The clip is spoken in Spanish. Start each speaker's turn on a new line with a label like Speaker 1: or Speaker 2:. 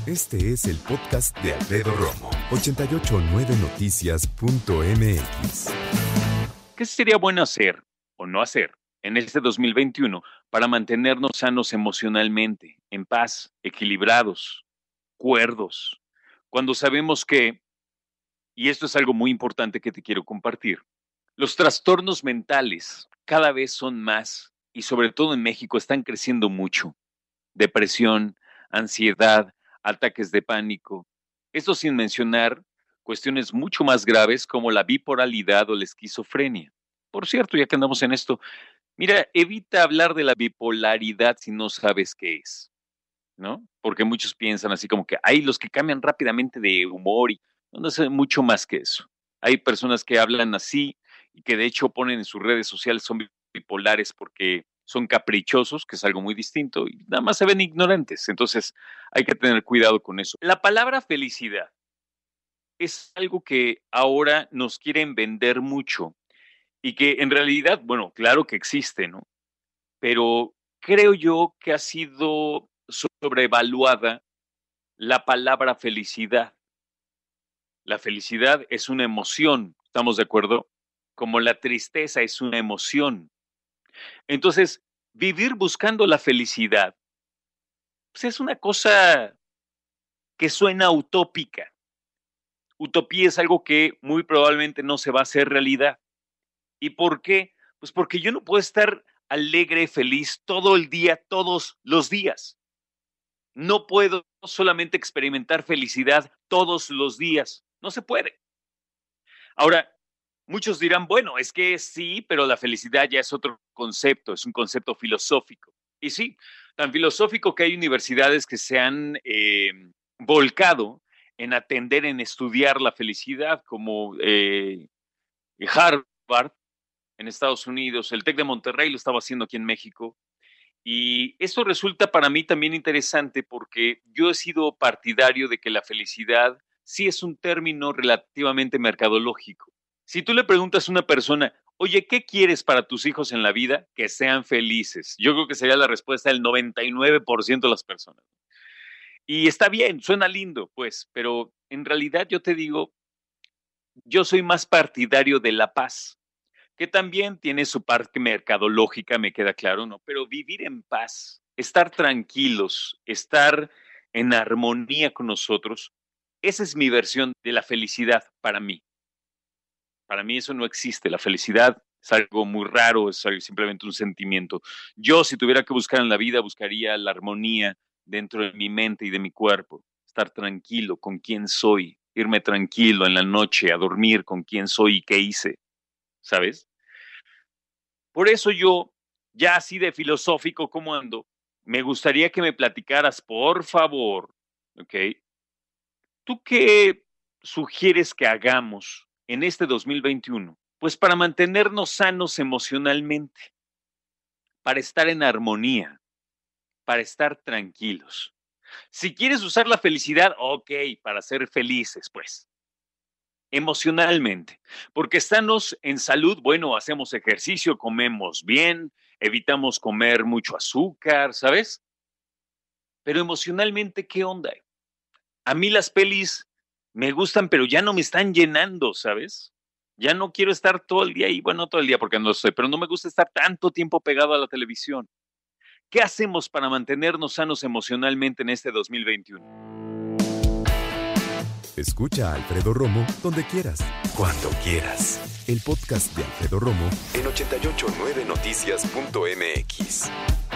Speaker 1: Este es el podcast de Alfredo Romo, 889noticias.mx.
Speaker 2: ¿Qué sería bueno hacer o no hacer en este 2021 para mantenernos sanos emocionalmente, en paz, equilibrados, cuerdos? Cuando sabemos que, y esto es algo muy importante que te quiero compartir, los trastornos mentales cada vez son más y sobre todo en México están creciendo mucho. Depresión, ansiedad, ataques de pánico. Esto sin mencionar cuestiones mucho más graves como la bipolaridad o la esquizofrenia. Por cierto, ya que andamos en esto, mira, evita hablar de la bipolaridad si no sabes qué es, ¿no? Porque muchos piensan así como que hay los que cambian rápidamente de humor y no sé mucho más que eso. Hay personas que hablan así y que de hecho ponen en sus redes sociales son bipolares porque son caprichosos, que es algo muy distinto, y nada más se ven ignorantes. Entonces hay que tener cuidado con eso. La palabra felicidad es algo que ahora nos quieren vender mucho y que en realidad, bueno, claro que existe, ¿no? Pero creo yo que ha sido sobrevaluada la palabra felicidad. La felicidad es una emoción, ¿estamos de acuerdo? Como la tristeza es una emoción. Entonces, vivir buscando la felicidad, pues es una cosa que suena utópica. Utopía es algo que muy probablemente no se va a hacer realidad. ¿Y por qué? Pues porque yo no puedo estar alegre, feliz todo el día, todos los días. No puedo solamente experimentar felicidad todos los días. No se puede. Ahora, muchos dirán, bueno, es que sí, pero la felicidad ya es otro concepto, es un concepto filosófico. Y sí, tan filosófico que hay universidades que se han volcado en atender, en estudiar la felicidad, como Harvard en Estados Unidos, el TEC de Monterrey lo estaba haciendo aquí en México. Y esto resulta para mí también interesante porque yo he sido partidario de que la felicidad sí es un término relativamente mercadológico. Si tú le preguntas a una persona, oye, ¿qué quieres para tus hijos en la vida? Que sean felices. Yo creo que sería la respuesta del 99% de las personas. Y está bien, suena lindo, pues, pero en realidad yo te digo, yo soy más partidario de la paz, que también tiene su parte mercadológica, me queda claro, ¿no? Pero vivir en paz, estar tranquilos, estar en armonía con nosotros, esa es mi versión de la felicidad para mí. Para mí eso no existe. La felicidad es algo muy raro, es simplemente un sentimiento. Yo, si tuviera que buscar en la vida, buscaría la armonía dentro de mi mente y de mi cuerpo. Estar tranquilo con quién soy, irme tranquilo en la noche a dormir con quién soy y qué hice, ¿sabes? Por eso yo, ya así de filosófico como ando, me gustaría que me platicaras, por favor, ¿ok? ¿Tú qué sugieres que hagamos en este 2021? Pues para mantenernos sanos emocionalmente, para estar en armonía, para estar tranquilos. Si quieres usar la felicidad, ok, para ser felices, pues, emocionalmente. Porque estamos en salud, bueno, hacemos ejercicio, comemos bien, evitamos comer mucho azúcar, ¿sabes? Pero emocionalmente, ¿qué onda? A mí las pelis me gustan, pero ya no me están llenando, ¿sabes? Ya no quiero estar todo el día, y bueno, no todo el día porque no estoy, pero no me gusta estar tanto tiempo pegado a la televisión. ¿Qué hacemos para mantenernos sanos emocionalmente en este 2021?
Speaker 1: Escucha a Alfredo Romo donde quieras, cuando quieras. El podcast de Alfredo Romo en 889noticias.mx.